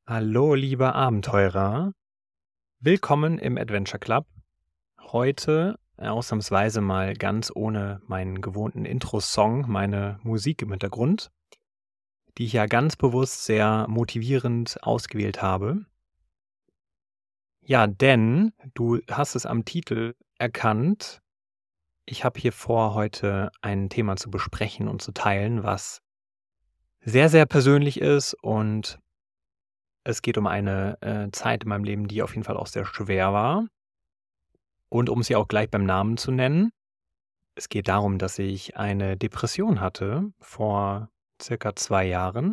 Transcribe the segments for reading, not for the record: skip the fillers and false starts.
Hallo, liebe Abenteurer. Willkommen im Adventure Club. Heute ausnahmsweise mal ganz ohne meinen gewohnten Intro-Song, meine Musik im Hintergrund, die ich ja ganz bewusst sehr motivierend ausgewählt habe. Ja, denn du hast es am Titel erkannt. Ich habe hier vor, heute ein Thema zu besprechen und zu teilen, was sehr, sehr persönlich ist, und es geht um eine Zeit in meinem Leben, die auf jeden Fall auch sehr schwer war. Und um sie auch gleich beim Namen zu nennen, es geht darum, dass ich eine Depression hatte vor circa 2 Jahren.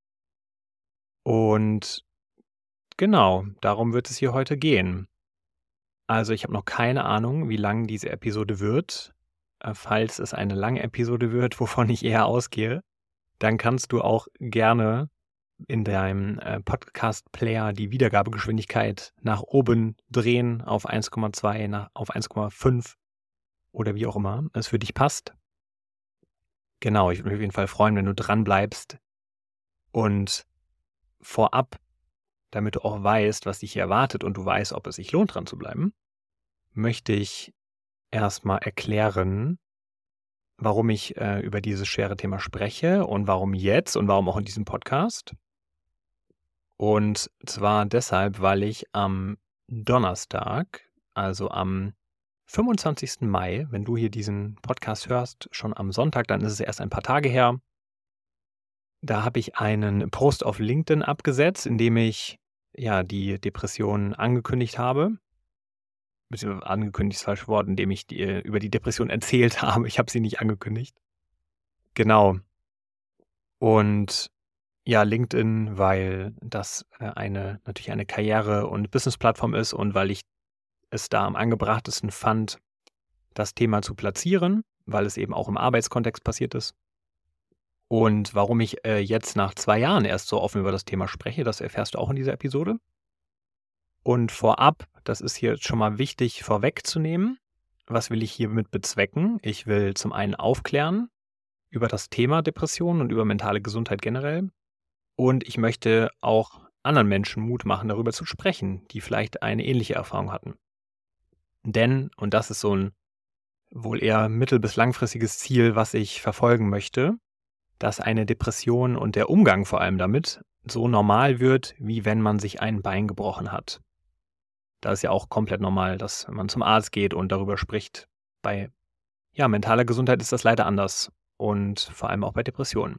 Und genau, darum wird es hier heute gehen. Also, ich habe noch keine Ahnung, wie lang diese Episode wird. Falls es eine lange Episode wird, wovon ich eher ausgehe, dann kannst du auch gerne in deinem Podcast-Player die Wiedergabegeschwindigkeit nach oben drehen auf 1,2, auf 1,5 oder wie auch immer es für dich passt. Genau, ich würde mich auf jeden Fall freuen, wenn du dran bleibst. Und vorab, damit du auch weißt, was dich hier erwartet und du weißt, ob es sich lohnt, dran zu bleiben, möchte ich erstmal erklären, warum ich über dieses schwere Thema spreche und warum jetzt und warum auch in diesem Podcast. Und zwar deshalb, weil ich am Donnerstag, also am 25. Mai, wenn du hier diesen Podcast hörst, schon am Sonntag, dann ist es erst ein paar Tage her. Da habe ich einen Post auf LinkedIn abgesetzt, in dem ich, ja, die Depression angekündigt habe. Beziehungsweise angekündigt ist das falsche Wort, indem ich über die Depression erzählt habe. Ich habe sie nicht angekündigt. Genau. Und ja, LinkedIn, weil das natürlich eine Karriere- und Business-Plattform ist und weil ich es da am angebrachtesten fand, das Thema zu platzieren, weil es eben auch im Arbeitskontext passiert ist. Und warum ich jetzt nach 2 Jahren erst so offen über das Thema spreche, das erfährst du auch in dieser Episode. Und vorab, das ist hier schon mal wichtig vorwegzunehmen, was will ich hiermit bezwecken? Ich will zum einen aufklären über das Thema Depression und über mentale Gesundheit generell. Und ich möchte auch anderen Menschen Mut machen, darüber zu sprechen, die vielleicht eine ähnliche Erfahrung hatten. Denn, und das ist so ein wohl eher mittel- bis langfristiges Ziel, was ich verfolgen möchte, dass eine Depression und der Umgang vor allem damit so normal wird, wie wenn man sich ein Bein gebrochen hat. Da ist ja auch komplett normal, dass man zum Arzt geht und darüber spricht. Bei, ja, mentaler Gesundheit ist das leider anders und vor allem auch bei Depressionen.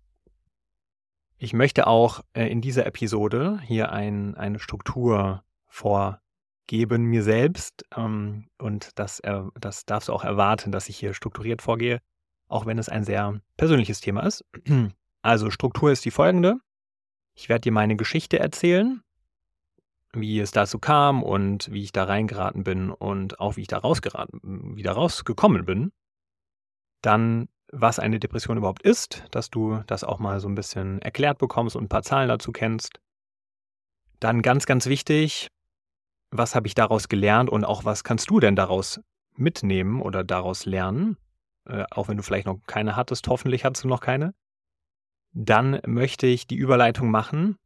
Ich möchte auch in dieser Episode hier eine Struktur vorgeben mir selbst, und das darfst du auch erwarten, dass ich hier strukturiert vorgehe, auch wenn es ein sehr persönliches Thema ist. Also Struktur ist die folgende: Ich werde dir meine Geschichte erzählen, wie es dazu kam und wie ich da reingeraten bin und auch wie ich da wieder rausgekommen bin. Dann, was eine Depression überhaupt ist, dass du das auch mal so ein bisschen erklärt bekommst und ein paar Zahlen dazu kennst. Dann ganz, ganz wichtig, was habe ich daraus gelernt und auch was kannst du denn daraus mitnehmen oder daraus lernen? Auch wenn du vielleicht noch keine hattest, hoffentlich hattest du noch keine. Dann möchte ich die Überleitung machen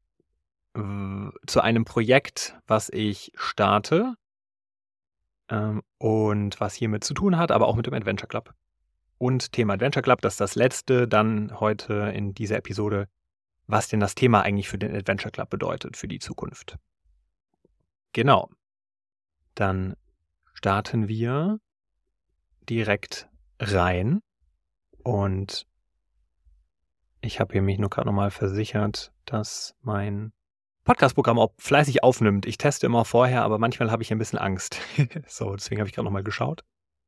zu einem Projekt, was ich starte, und was hiermit zu tun hat, aber auch mit dem Adventure Club. Und Thema Adventure Club, das ist das Letzte dann heute in dieser Episode, was denn das Thema eigentlich für den Adventure Club bedeutet für die Zukunft. Genau. Dann starten wir direkt rein und ich habe hier mich nur gerade nochmal versichert, dass mein Podcast-Programm auch fleißig aufnimmt. Ich teste immer vorher, aber manchmal habe ich ein bisschen Angst. So, deswegen habe ich gerade nochmal geschaut.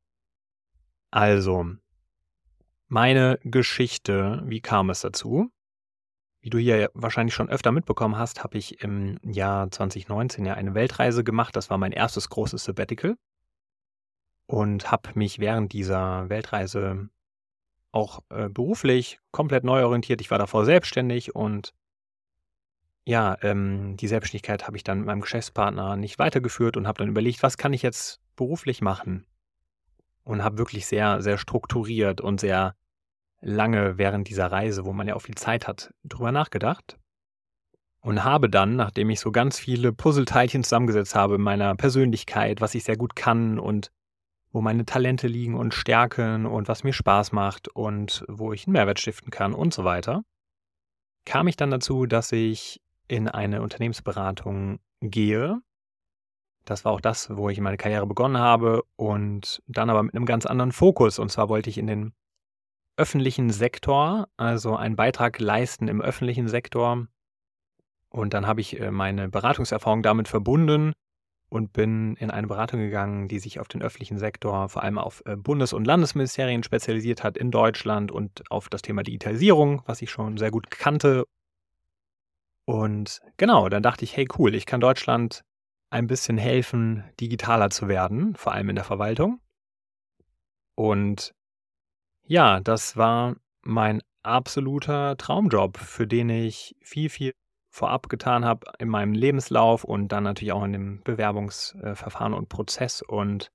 Also, meine Geschichte, wie kam es dazu? Wie du hier wahrscheinlich schon öfter mitbekommen hast, habe ich im Jahr 2019 ja eine Weltreise gemacht. Das war mein erstes großes Sabbatical und habe mich während dieser Weltreise auch beruflich komplett neu orientiert. Ich war davor selbstständig und ja, die Selbstständigkeit habe ich dann mit meinem Geschäftspartner nicht weitergeführt und habe dann überlegt, was kann ich jetzt beruflich machen? Und habe wirklich sehr, sehr strukturiert und sehr lange während dieser Reise, wo man ja auch viel Zeit hat, drüber nachgedacht. und habe dann, nachdem ich so ganz viele Puzzleteilchen zusammengesetzt habe in meiner Persönlichkeit, was ich sehr gut kann und wo meine Talente liegen und Stärken und was mir Spaß macht und wo ich 'n Mehrwert stiften kann und so weiter, kam ich dann dazu, dass ich in eine Unternehmensberatung gehe. Das war auch das, wo ich meine Karriere begonnen habe und dann aber mit 'nem ganz anderen Fokus. Und zwar wollte ich in den öffentlichen Sektor, also einen Beitrag leisten im öffentlichen Sektor. Und dann habe ich, meine Beratungserfahrung damit verbunden und bin in eine Beratung gegangen, die sich auf den öffentlichen Sektor, vor allem auf, Bundes und Landesministerien spezialisiert hat in Deutschland und auf das Thema Digitalisierung, was ich schon sehr gut kannte. Und genau, dann dachte ich: „Hey, cool, ich kann Deutschland ein bisschen helfen, digitaler zu werden, vor allem in der Verwaltung.“ Und ja, das war mein absoluter Traumjob, für den ich viel, viel vorab getan habe in meinem Lebenslauf und dann natürlich auch in dem Bewerbungsverfahren und Prozess. Und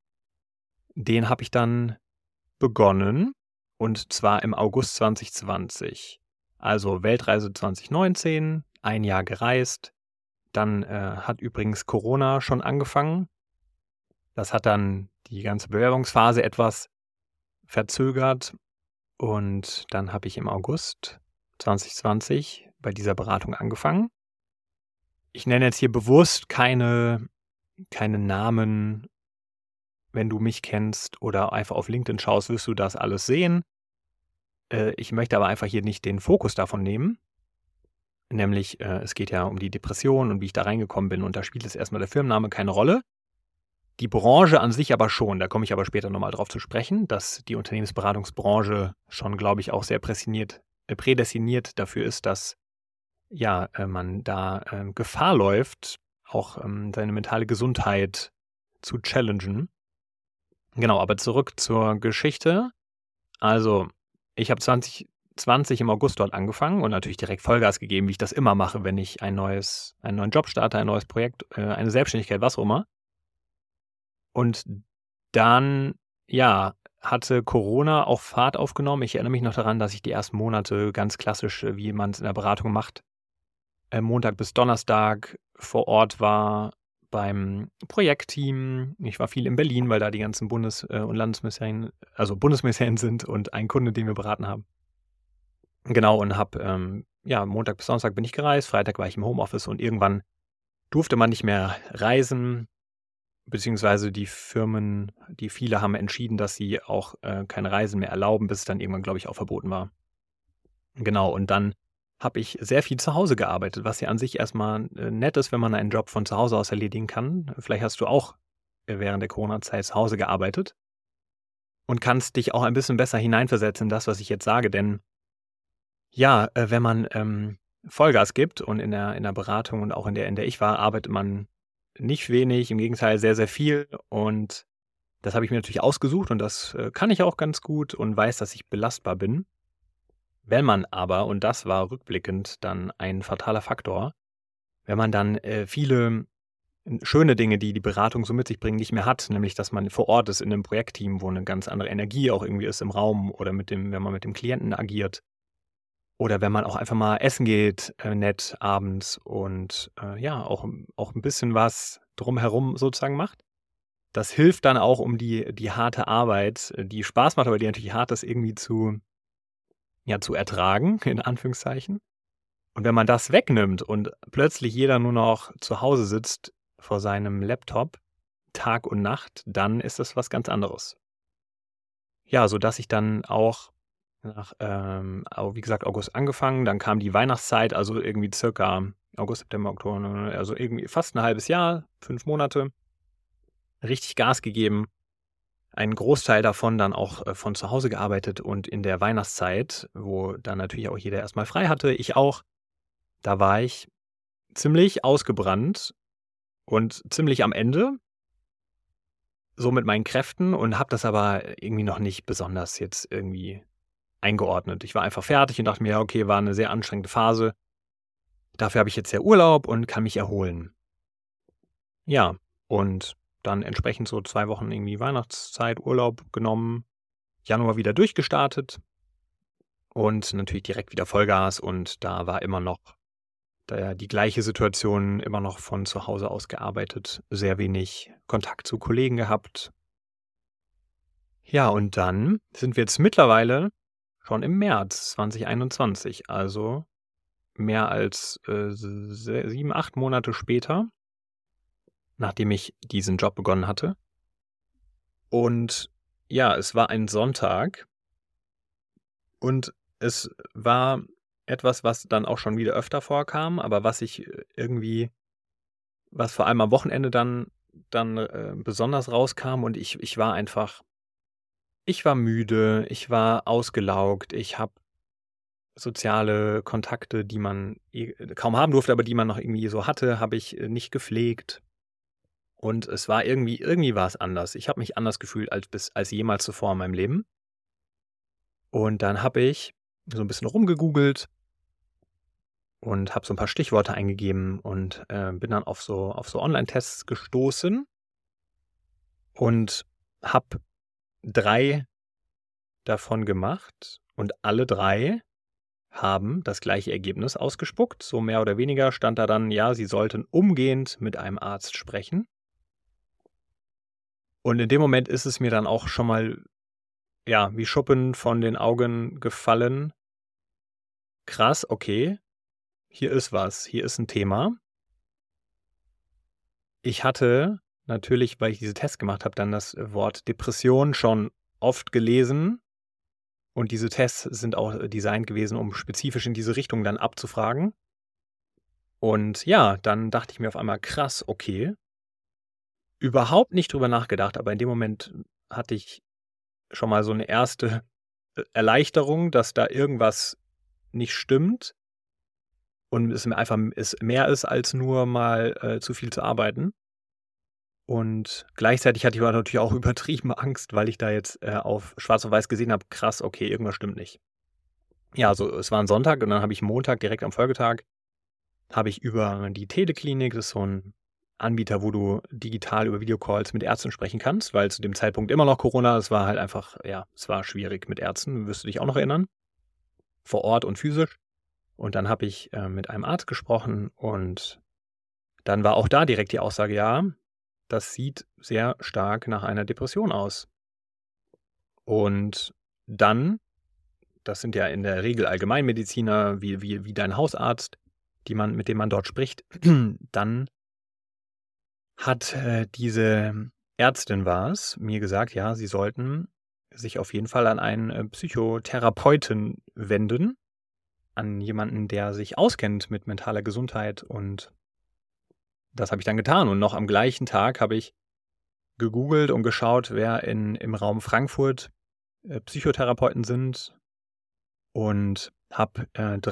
den habe ich dann begonnen, und zwar im August 2020. Also Weltreise 2019, ein Jahr gereist. Dann, hat übrigens Corona schon angefangen. Das hat dann die ganze Bewerbungsphase etwas verzögert. Und dann habe ich im August 2020 bei dieser Beratung angefangen. Ich nenne jetzt hier bewusst keine Namen. Wenn du mich kennst oder einfach auf LinkedIn schaust, wirst du das alles sehen. Ich möchte aber einfach hier nicht den Fokus davon nehmen. Nämlich, es geht ja um die Depression und wie ich da reingekommen bin, und da spielt jetzt erst mal der Firmenname keine Rolle. Die Branche an sich aber schon, da komme ich aber später noch mal drauf zu sprechen, dass die Unternehmensberatungsbranche schon, glaube ich, auch sehr prädestiniert dafür ist, dass, ja, man da, Gefahr läuft, auch, seine mentale Gesundheit zu challengen. Genau, aber zurück zur Geschichte. Also, ich habe 2020 im August dort angefangen und natürlich direkt Vollgas gegeben, wie ich das immer mache, wenn ich einen neuen Job starte, ein neues Projekt, eine Selbstständigkeit, was auch immer. Und dann, ja, hatte Corona auch Fahrt aufgenommen. Ich erinnere mich noch daran, dass ich die ersten Monate ganz klassisch, wie man es in der Beratung macht, Montag bis Donnerstag vor Ort war beim Projektteam. Ich war viel in Berlin, weil da die ganzen und Landesministerien, also Bundesministerien sind und ein Kunde, den wir beraten haben. Genau, und habe, ja, Montag bis Donnerstag bin ich gereist, Freitag war ich im Homeoffice und irgendwann durfte man nicht mehr reisen, beziehungsweise die Firmen, die viele haben entschieden, dass sie auch, keine Reisen mehr erlauben, bis es dann irgendwann, glaube ich, auch verboten war. Genau, und dann habe ich sehr viel zu Hause gearbeitet, was ja an sich erstmal nett ist, wenn man einen Job von zu Hause aus erledigen kann. Vielleicht hast du auch, während der Corona-Zeit zu Hause gearbeitet und kannst dich auch ein bisschen besser hineinversetzen in das, was ich jetzt sage. Denn ja, wenn man, Vollgas gibt und in der Beratung und auch in der ich war, arbeitet man nicht wenig, im Gegenteil sehr, sehr viel. Und das habe ich mir natürlich ausgesucht und das, kann ich auch ganz gut und weiß, dass ich belastbar bin. Wenn man aber, und das war rückblickend dann ein fataler Faktor, wenn man dann, viele schöne Dinge, die die Beratung so mit sich bringen, nicht mehr hat, nämlich dass man vor Ort ist in 'nem Projektteam, wo 'ne ganz andere Energie auch irgendwie ist im Raum, oder wenn man mit dem Klienten agiert, oder wenn man auch einfach mal essen geht, nett abends und, ja, auch 'n bisschen was drumherum sozusagen macht. Das hilft dann auch, um die harte Arbeit, die Spaß macht, aber die natürlich hart ist, irgendwie zu ertragen, in Anführungszeichen. Und wenn man das wegnimmt und plötzlich jeder nur noch zu Hause sitzt vor seinem Laptop, Tag und Nacht, dann ist das was ganz anderes. Ja, sodass ich dann auch wie gesagt, August angefangen, dann kam die Weihnachtszeit, also irgendwie circa August, September, Oktober, also irgendwie fast ein halbes Jahr, 5 Monate, richtig Gas gegeben, einen Großteil davon dann auch, von zu Hause gearbeitet, und in der Weihnachtszeit, wo dann natürlich auch jeder erst mal frei hatte, ich auch, da war ich ziemlich ausgebrannt und ziemlich am Ende, so mit meinen Kräften, und habe das aber irgendwie noch nicht besonders jetzt irgendwie eingeordnet. Ich war einfach fertig und dachte mir: „Ja, okay, war 'ne sehr anstrengende Phase. Dafür habe ich jetzt ja Urlaub und kann mich erholen.“ Ja, und dann entsprechend so 2 Wochen irgendwie Weihnachtszeit, Urlaub genommen, Januar wieder durchgestartet und natürlich direkt wieder Vollgas, und da war immer noch die gleiche Situation immer noch von zu Hause aus gearbeitet, sehr wenig Kontakt zu Kollegen gehabt. Ja, und dann sind wir jetzt mittlerweile schon im März 2021, also mehr als, 7, 8 Monate später, nachdem ich diesen Job begonnen hatte. Und ja, es war ein Sonntag und es war etwas, was dann auch schon wieder öfter vorkam, aber was vor allem am Wochenende dann besonders rauskam, und ich war müde, ich war ausgelaugt, ich habe soziale Kontakte, die man kaum haben durfte, aber die man noch irgendwie so hatte, habe ich, nicht gepflegt. Und es war irgendwie war es anders. Ich habe mich anders gefühlt als jemals zuvor in meinem Leben. Und dann habe ich so ein bisschen rumgegoogelt und habe so ein paar Stichworte eingegeben und, bin dann auf so Online-Tests gestoßen und habe 3 davon gemacht, und alle 3 haben das gleiche Ergebnis ausgespuckt. So mehr oder weniger stand da dann, ja, sie sollten umgehend mit einem Arzt sprechen. Und in dem Moment ist es mir dann auch schon mal, ja, wie Schuppen von den Augen gefallen. Krass, okay, hier ist was, hier ist ein Thema. Ich hatte natürlich, weil ich diese Tests gemacht habe, dann das Wort Depression schon oft gelesen, und diese Tests sind auch designt gewesen, um spezifisch in diese Richtung dann abzufragen. Und ja, dann dachte ich mir auf einmal: „Krass, okay." Überhaupt nicht drüber nachgedacht, aber in dem Moment hatte ich schon mal so eine erste Erleichterung, dass da irgendwas nicht stimmt und es mehr ist als nur mal, zu viel zu arbeiten. Und gleichzeitig hatte ich aber natürlich auch übertrieben Angst, weil ich da jetzt, auf schwarz auf weiß gesehen habe: „Krass, okay, irgendwas stimmt nicht." Ja, also, es war 'n Sonntag, und dann habe ich Montag direkt am Folgetag habe ich über die Teleklinik, das ist so 'n Anbieter, wo du digital über Videocalls mit Ärzten sprechen kannst, weil zu dem Zeitpunkt immer noch Corona, es war halt einfach, ja, es war schwierig mit Ärzten, wirst du dich auch noch erinnern, vor Ort und physisch. Und dann habe ich, mit einem Arzt gesprochen, und dann war auch da direkt die Aussage: „Ja, das sieht sehr stark nach einer Depression aus." Und dann, das sind ja in der Regel Allgemeinmediziner wie dein Hausarzt, mit dem man dort spricht, dann hat, diese Ärztin war's, mir gesagt, ja, sie sollten sich auf jeden Fall an einen, Psychotherapeuten wenden, an jemanden, der sich auskennt mit mentaler Gesundheit, und das habe ich dann getan, und noch am gleichen Tag habe ich gegoogelt und geschaut, wer im Raum Frankfurt, Psychotherapeuten sind, und habe,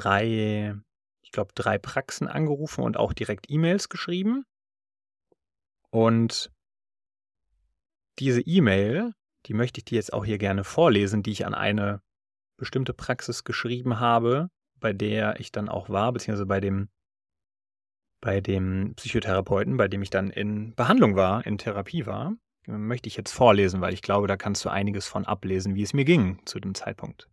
3 Praxen angerufen und auch direkt E-Mails geschrieben. Und diese E-Mail, die möchte ich dir jetzt auch hier gerne vorlesen, die ich an eine bestimmte Praxis geschrieben habe, bei der ich dann auch war, beziehungsweise bei dem Psychotherapeuten, bei dem ich dann in Behandlung war, in Therapie war, möchte ich jetzt vorlesen, weil ich glaube, da kannst du einiges von ablesen, wie es mir ging zu dem Zeitpunkt.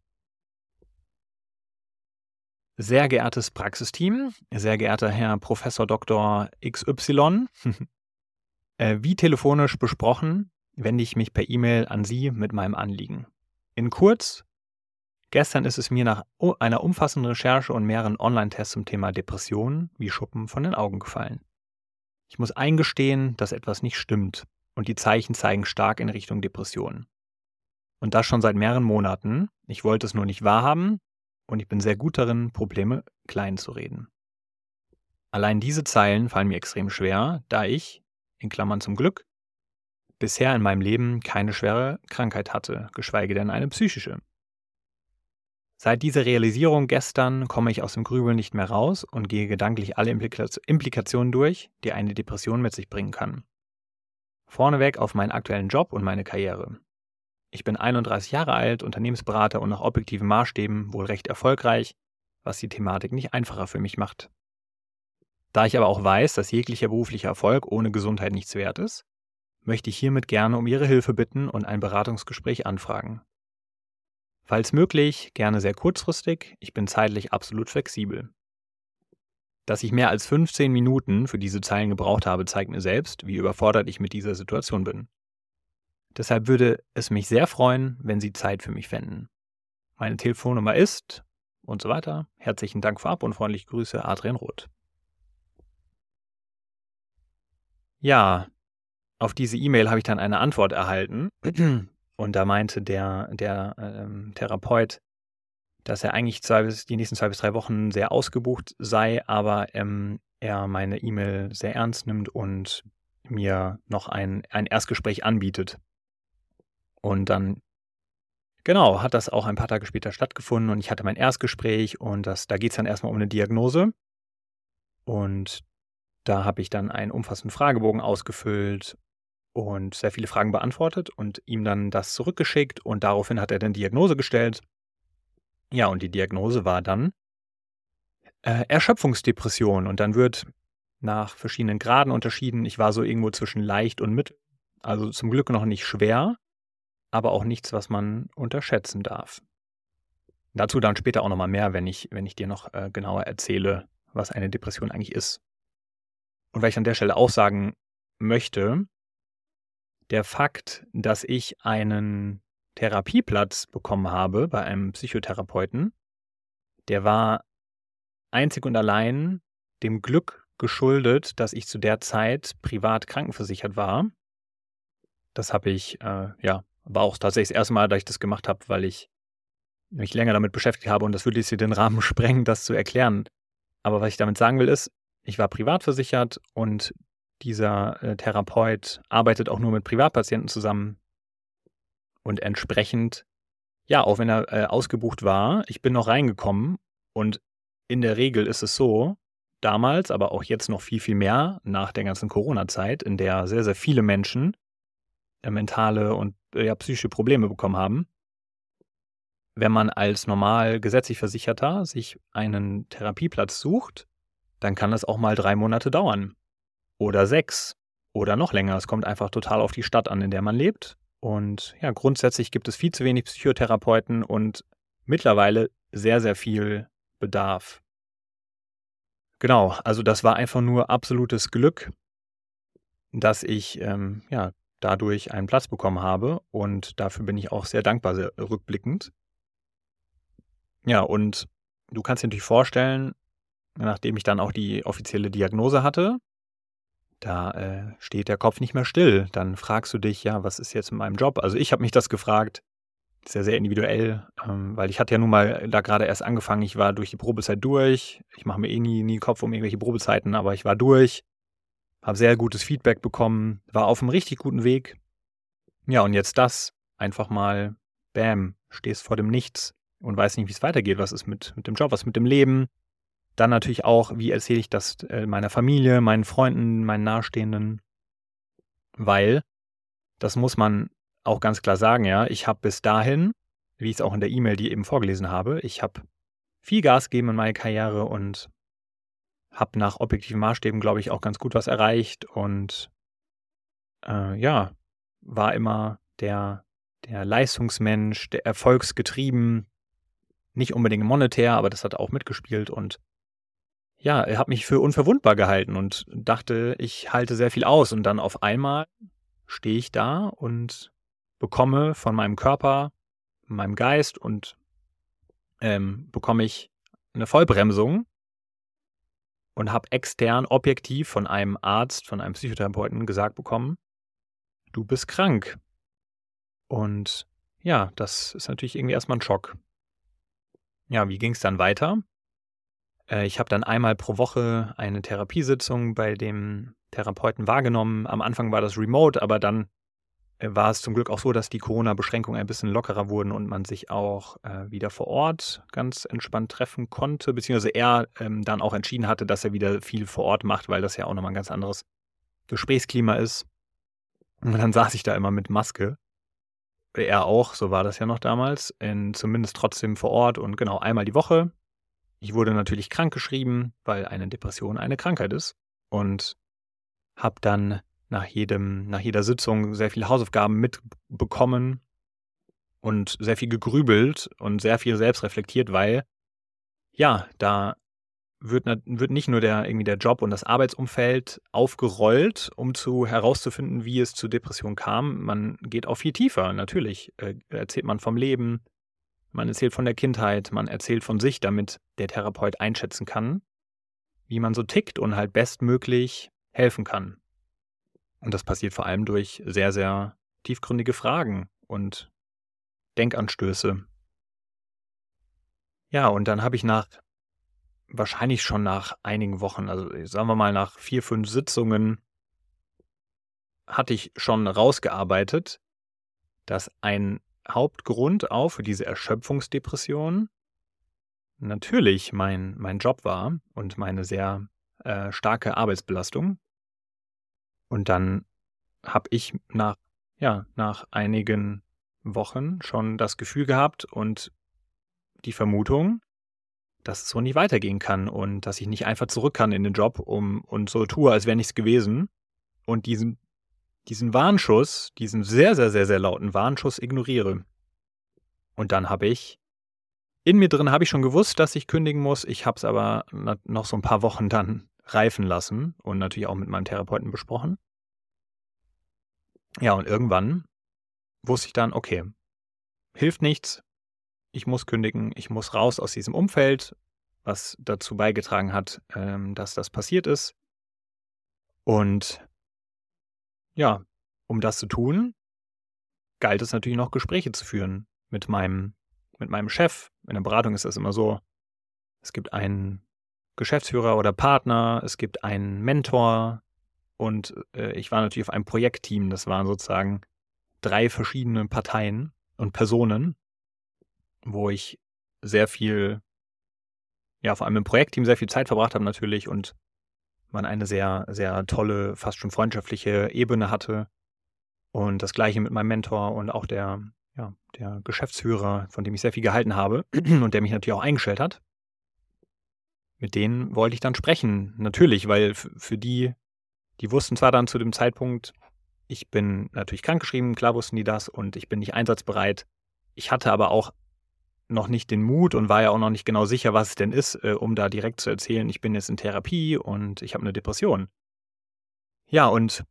Sehr geehrtes Praxisteam, sehr geehrter Herr Professor Dr. XY, wie telefonisch besprochen, wende ich mich per E-Mail an Sie mit meinem Anliegen. In kurz: Gestern ist es mir nach einer umfassenden Recherche und mehreren Online-Tests zum Thema Depressionen wie Schuppen von den Augen gefallen. Ich muss eingestehen, dass etwas nicht stimmt, und die Zeichen zeigen stark in Richtung Depression. Und das schon seit mehreren Monaten. Ich wollte es nur nicht wahrhaben, und ich bin sehr gut darin, Probleme klein zu reden. Allein diese Zeilen fallen mir extrem schwer, da ich, in Klammern zum Glück, bisher in meinem Leben keine schwere Krankheit hatte, geschweige denn eine psychische. Seit dieser Realisierung gestern komme ich aus dem Grübeln nicht mehr raus und gehe gedanklich alle Implikationen durch, die eine Depression mit sich bringen kann. Vorneweg auf meinen aktuellen Job und meine Karriere. Ich bin 31 Jahre alt, Unternehmensberater und nach objektiven Maßstäben wohl recht erfolgreich, was die Thematik nicht einfacher für mich macht. Da ich aber auch weiß, dass jeglicher beruflicher Erfolg ohne Gesundheit nichts wert ist, möchte ich hiermit gerne um Ihre Hilfe bitten und ein Beratungsgespräch anfragen. Falls möglich, gerne sehr kurzfristig, ich bin zeitlich absolut flexibel. Dass ich mehr als 15 Minuten für diese Zeilen gebraucht habe, zeigt mir selbst, wie überfordert ich mit dieser Situation bin. Deshalb würde es mich sehr freuen, wenn Sie Zeit für mich fänden. Meine Telefonnummer ist und so weiter. Herzlichen Dank vorab und freundliche Grüße, Adrian Roth. Ja, auf diese E-Mail habe ich dann eine Antwort erhalten und da meinte der Therapeut, dass er eigentlich die nächsten 2 bis 3 Wochen sehr ausgebucht sei, aber, er meine E-Mail sehr ernst nimmt und mir noch ein Erstgespräch anbietet. Und dann genau, hat das auch ein paar Tage später stattgefunden und ich hatte mein Erstgespräch und da geht's dann erst mal um 'ne Diagnose. Und da habe ich dann einen umfassenden Fragebogen ausgefüllt und sehr viele Fragen beantwortet und ihm dann das zurückgeschickt und daraufhin hat er dann Diagnose gestellt. Ja, und die Diagnose war dann, Erschöpfungsdepression und dann wird nach verschiedenen Graden unterschieden. Ich war so irgendwo zwischen leicht und mittel, also zum Glück noch nicht schwer, aber auch nichts, was man unterschätzen darf. Dazu dann später auch noch mal mehr, wenn ich dir noch, genauer erzähle, was eine Depression eigentlich ist. Und weil ich an der Stelle auch sagen möchte, der Fakt, dass ich einen Therapieplatz bekommen habe bei einem Psychotherapeuten, der war einzig und allein dem Glück geschuldet, dass ich zu der Zeit privat krankenversichert war. Das habe ich, ja, war auch tatsächlich das erste Mal, dass ich das gemacht habe, weil ich mich länger damit beschäftigt habe und das würde jetzt hier den Rahmen sprengen, das zu erklären. Aber was ich damit sagen will, ist, ich war privat versichert und dieser, Therapeut arbeitet auch nur mit Privatpatienten zusammen und entsprechend, ja, auch wenn er, ausgebucht war, ich bin noch reingekommen und in der Regel ist es so, damals, aber auch jetzt noch viel, viel mehr nach der ganzen Corona-Zeit, in der sehr, sehr viele Menschen, mentale und, ja, psychische Probleme bekommen haben. Wenn man als normal gesetzlich Versicherter sich einen Therapieplatz sucht, dann kann das auch mal 3 Monate dauern oder 6 oder noch länger. Es kommt einfach total auf die Stadt an, in der man lebt. Und ja, grundsätzlich gibt es viel zu wenig Psychotherapeuten und mittlerweile sehr, sehr viel Bedarf. Genau, also das war einfach nur absolutes Glück, dass ich, ja, dadurch einen Platz bekommen habe und dafür bin ich auch sehr dankbar, sehr rückblickend. Ja, und du kannst dir natürlich vorstellen, nachdem ich dann auch die offizielle Diagnose hatte, da, steht der Kopf nicht mehr still. Dann fragst du dich: „Ja, was ist jetzt mit meinem Job?“ Also, ich habe mich das gefragt. Ist ja sehr individuell, weil ich hatte ja nun mal da gerade erst angefangen. Ich war durch die Probezeit durch. Ich mache mir eh nie Kopf um irgendwelche Probezeiten, aber ich war durch, habe sehr gutes Feedback bekommen, war auf 'm richtig guten Weg. Ja, und jetzt das einfach mal, bäm, stehst vor dem Nichts und weißt nicht, wie's weitergeht. Was ist mit dem Job? Was ist mit dem Leben? Dann natürlich auch, wie erzähle ich das, meiner Familie, meinen Freunden, meinen Nahestehenden? Weil, das muss man auch ganz klar sagen, ja, ich habe bis dahin, wie ich's auch in der E-Mail dir eben vorgelesen habe, ich habe viel Gas gegeben in meine Karriere und habe nach objektiven Maßstäben, glaube ich, auch ganz gut was erreicht und, ja, war immer der Leistungsmensch, der erfolgsgetrieben, nicht unbedingt monetär, aber das hat auch mitgespielt und ja, er hat mich für unverwundbar gehalten und dachte, ich halte sehr viel aus und dann auf einmal stehe ich da und bekomme von meinem Körper, meinem Geist und, bekomme ich 'ne Vollbremsung und habe extern objektiv von einem Arzt, von einem Psychotherapeuten gesagt bekommen: „Du bist krank.“ Und ja, das ist natürlich irgendwie erst mal 'n Schock. Ja, wie ging's dann weiter? Ich habe dann einmal pro Woche eine Therapiesitzung bei dem Therapeuten wahrgenommen. Am Anfang war das remote, aber dann, war es zum Glück auch so, dass die Corona-Beschränkungen ein bisschen lockerer wurden und man sich auch, wieder vor Ort ganz entspannt treffen konnte, beziehungsweise er, dann auch entschieden hatte, dass er wieder viel vor Ort macht, weil das ja auch noch mal 'n ganz anderes Gesprächsklima ist. Und dann saß ich da immer mit Maske. Er auch, so war das ja noch damals, zumindest trotzdem vor Ort und genau einmal die Woche. Ich wurde natürlich krankgeschrieben, weil eine Depression eine Krankheit ist und habe dann nach jeder Sitzung sehr viele Hausaufgaben mitbekommen und sehr viel gegrübelt und sehr viel selbst reflektiert, weil, ja, da wird nicht nur der Job und das Arbeitsumfeld aufgerollt, um herauszufinden, wie es zu Depressionen kam. Man geht auch viel tiefer. Natürlich erzählt man vom Leben, man erzählt von der Kindheit, man erzählt von sich, damit der Therapeut einschätzen kann, wie man so tickt und halt bestmöglich helfen kann. Und das passiert vor allem durch sehr, sehr tiefgründige Fragen und Denkanstöße. Ja, und dann habe ich wahrscheinlich schon nach einigen Wochen, also sagen wir mal nach 4, 5 Sitzungen, hatte ich schon rausgearbeitet, dass ein Hauptgrund auch für diese Erschöpfungsdepression natürlich mein Job war und meine sehr starke Arbeitsbelastung. Und dann habe ich nach einigen Wochen schon das Gefühl gehabt und die Vermutung, dass es so nicht weitergehen kann und dass ich nicht einfach zurück kann in den Job und so tue, als wäre nichts gewesen und diesen Warnschuss, diesen sehr, sehr, sehr, sehr lauten Warnschuss ignoriere. Und dann habe ich schon gewusst, dass ich kündigen muss. Ich habe es aber noch so ein paar Wochen dann reifen lassen und natürlich auch mit meinem Therapeuten besprochen. Ja, und irgendwann wusste ich dann, okay, hilft nichts, ich muss kündigen, ich muss raus aus diesem Umfeld, was dazu beigetragen hat, dass das passiert ist. Und ja, um das zu tun, galt es natürlich noch, Gespräche zu führen mit meinem Chef. In der Beratung ist das immer so, es gibt einen Geschäftsführer oder Partner, es gibt einen Mentor und ich war natürlich auf einem Projektteam. Das waren sozusagen 3 verschiedene Parteien und Personen, wo ich sehr viel, vor allem im Projektteam sehr viel Zeit verbracht habe natürlich und man eine sehr, sehr tolle, fast schon freundschaftliche Ebene hatte. Und das Gleiche mit meinem Mentor und auch der Geschäftsführer, von dem ich sehr viel gehalten habe und der mich natürlich auch eingestellt hat. Mit denen wollte ich dann sprechen, natürlich, weil für die wussten zwar dann zu dem Zeitpunkt, ich bin natürlich krankgeschrieben, klar wussten die das und ich bin nicht einsatzbereit. Ich hatte aber auch noch nicht den Mut und war ja auch noch nicht genau sicher, was es denn ist, um da direkt zu erzählen, ich bin jetzt in Therapie und ich habe eine Depression. Ja, und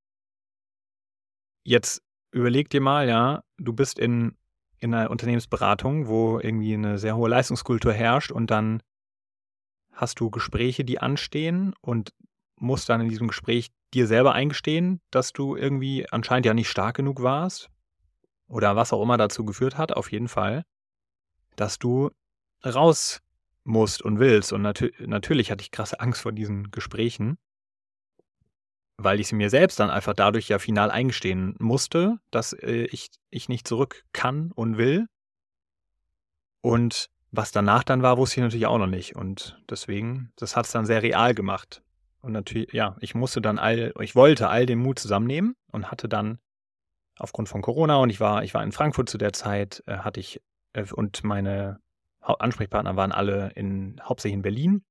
jetzt überleg dir mal, ja, du bist in einer Unternehmensberatung, wo irgendwie eine sehr hohe Leistungskultur herrscht und dann hast du Gespräche, die anstehen und musst dann in diesem Gespräch dir selber eingestehen, dass du irgendwie anscheinend ja nicht stark genug warst oder was auch immer dazu geführt hat, auf jeden Fall, dass du raus musst und willst. Und natürlich hatte ich krasse Angst vor diesen Gesprächen, weil ich sie mir selbst dann einfach dadurch ja final eingestehen musste, dass ich nicht zurück kann und will. Und was danach dann war, wusste ich natürlich auch noch nicht. Und deswegen, das hat es dann sehr real gemacht. Und natürlich, ja, ich wollte all den Mut zusammennehmen und hatte dann aufgrund von Corona und ich war in Frankfurt zu der Zeit, und meine Ansprechpartner waren alle hauptsächlich in Berlin.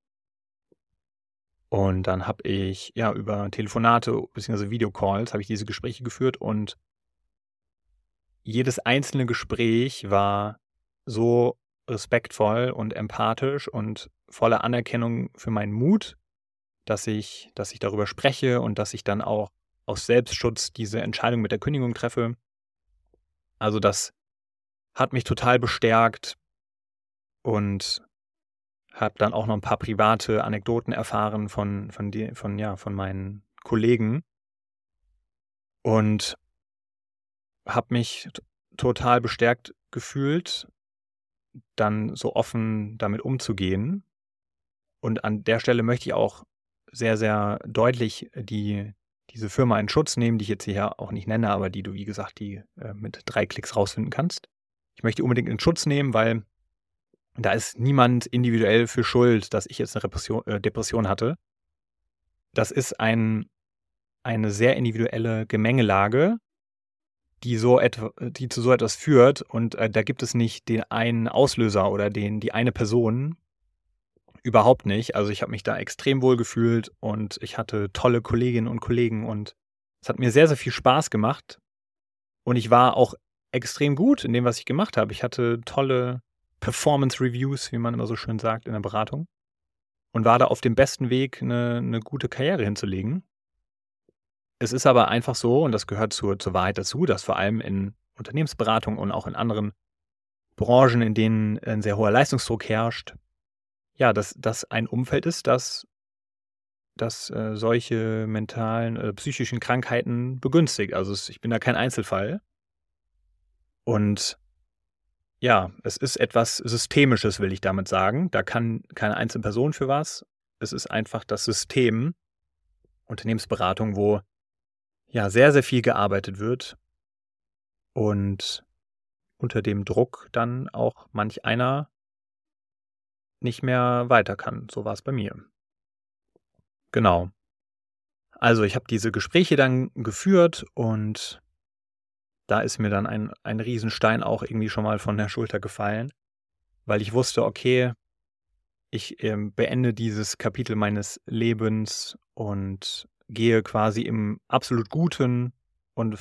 Und dann habe ich über Telefonate bzw. Videocalls habe ich diese Gespräche geführt und jedes einzelne Gespräch war so respektvoll und empathisch und voller Anerkennung für meinen Mut, dass ich darüber spreche und dass ich dann auch aus Selbstschutz diese Entscheidung mit der Kündigung treffe. Also das hat mich total bestärkt und habe dann auch noch ein paar private Anekdoten erfahren von meinen Kollegen und habe mich total bestärkt gefühlt, dann so offen damit umzugehen. Und an der Stelle möchte ich auch sehr, sehr deutlich diese Firma in Schutz nehmen, die ich jetzt hier auch nicht nenne, aber die du, wie gesagt, mit 3 Klicks rausfinden kannst. Ich möchte die unbedingt in Schutz nehmen, weil da ist niemand individuell für schuld, dass ich jetzt eine Depression hatte. Das ist eine sehr individuelle Gemengelage, die zu so etwas führt. Und da gibt es nicht den einen Auslöser oder die eine Person. Überhaupt nicht. Also ich habe mich da extrem wohl gefühlt und ich hatte tolle Kolleginnen und Kollegen und es hat mir sehr, sehr viel Spaß gemacht. Und ich war auch extrem gut in dem, was ich gemacht habe. Ich hatte tolle Performance-Reviews, wie man immer so schön sagt, in der Beratung. und war da auf dem besten Weg, eine gute Karriere hinzulegen. Es ist aber einfach so, und das gehört zur Wahrheit dazu, dass vor allem in Unternehmensberatung und auch in anderen Branchen, in denen ein sehr hoher Leistungsdruck herrscht, ja, dass das ein Umfeld ist, das solche mentalen, psychischen Krankheiten begünstigt. Also, ich bin da kein Einzelfall. Und ja, es ist etwas Systemisches, will ich damit sagen. Da kann keine einzelne Person für was. Es ist einfach das System Unternehmensberatung, wo ja sehr, sehr viel gearbeitet wird und unter dem Druck dann auch manch einer nicht mehr weiter kann. So war es bei mir. Genau. Also, ich habe diese Gespräche dann geführt und da ist mir dann ein Riesenstein auch irgendwie schon mal von der Schulter gefallen, weil ich wusste, okay, ich, beende dieses Kapitel meines Lebens und gehe quasi im absolut guten und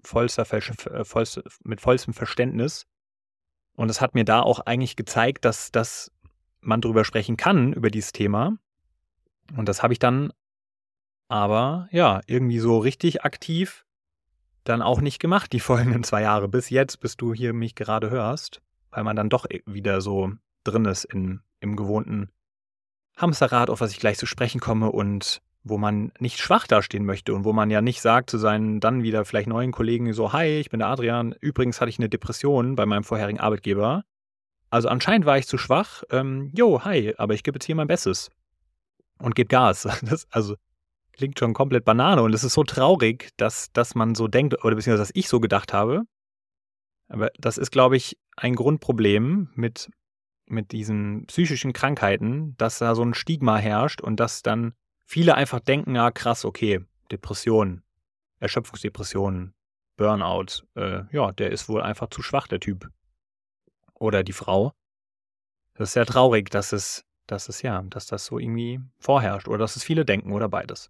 mit vollstem Verständnis. Und es hat mir da auch eigentlich gezeigt, dass man drüber sprechen kann, über dieses Thema. Und das habe ich dann aber, ja, irgendwie so richtig aktiv dann auch nicht gemacht, die folgenden 2 Jahre, bis jetzt, bis du hier mich gerade hörst, weil man dann doch wieder so drin ist im gewohnten Hamsterrad, auf was ich gleich zu sprechen komme und wo man nicht schwach dastehen möchte und wo man ja nicht sagt zu seinen dann wieder vielleicht neuen Kollegen so: „Hi, ich bin der Adrian. Übrigens hatte ich eine Depression bei meinem vorherigen Arbeitgeber. Also, anscheinend war ich zu schwach. Jo, hi, aber ich gebe jetzt hier mein Bestes und gebe Gas." Also, klingt schon komplett Banane und es ist so traurig, dass man so denkt oder beziehungsweise dass ich so gedacht habe. Aber das ist, glaube ich, ein Grundproblem mit diesen psychischen Krankheiten, dass da so ein Stigma herrscht und dass dann viele einfach denken: „Ja, krass, okay, Depression, Erschöpfungsdepression, Burnout, ja, der ist wohl einfach zu schwach, der Typ oder die Frau." Das ist sehr traurig, dass das so irgendwie vorherrscht oder dass es viele denken oder beides.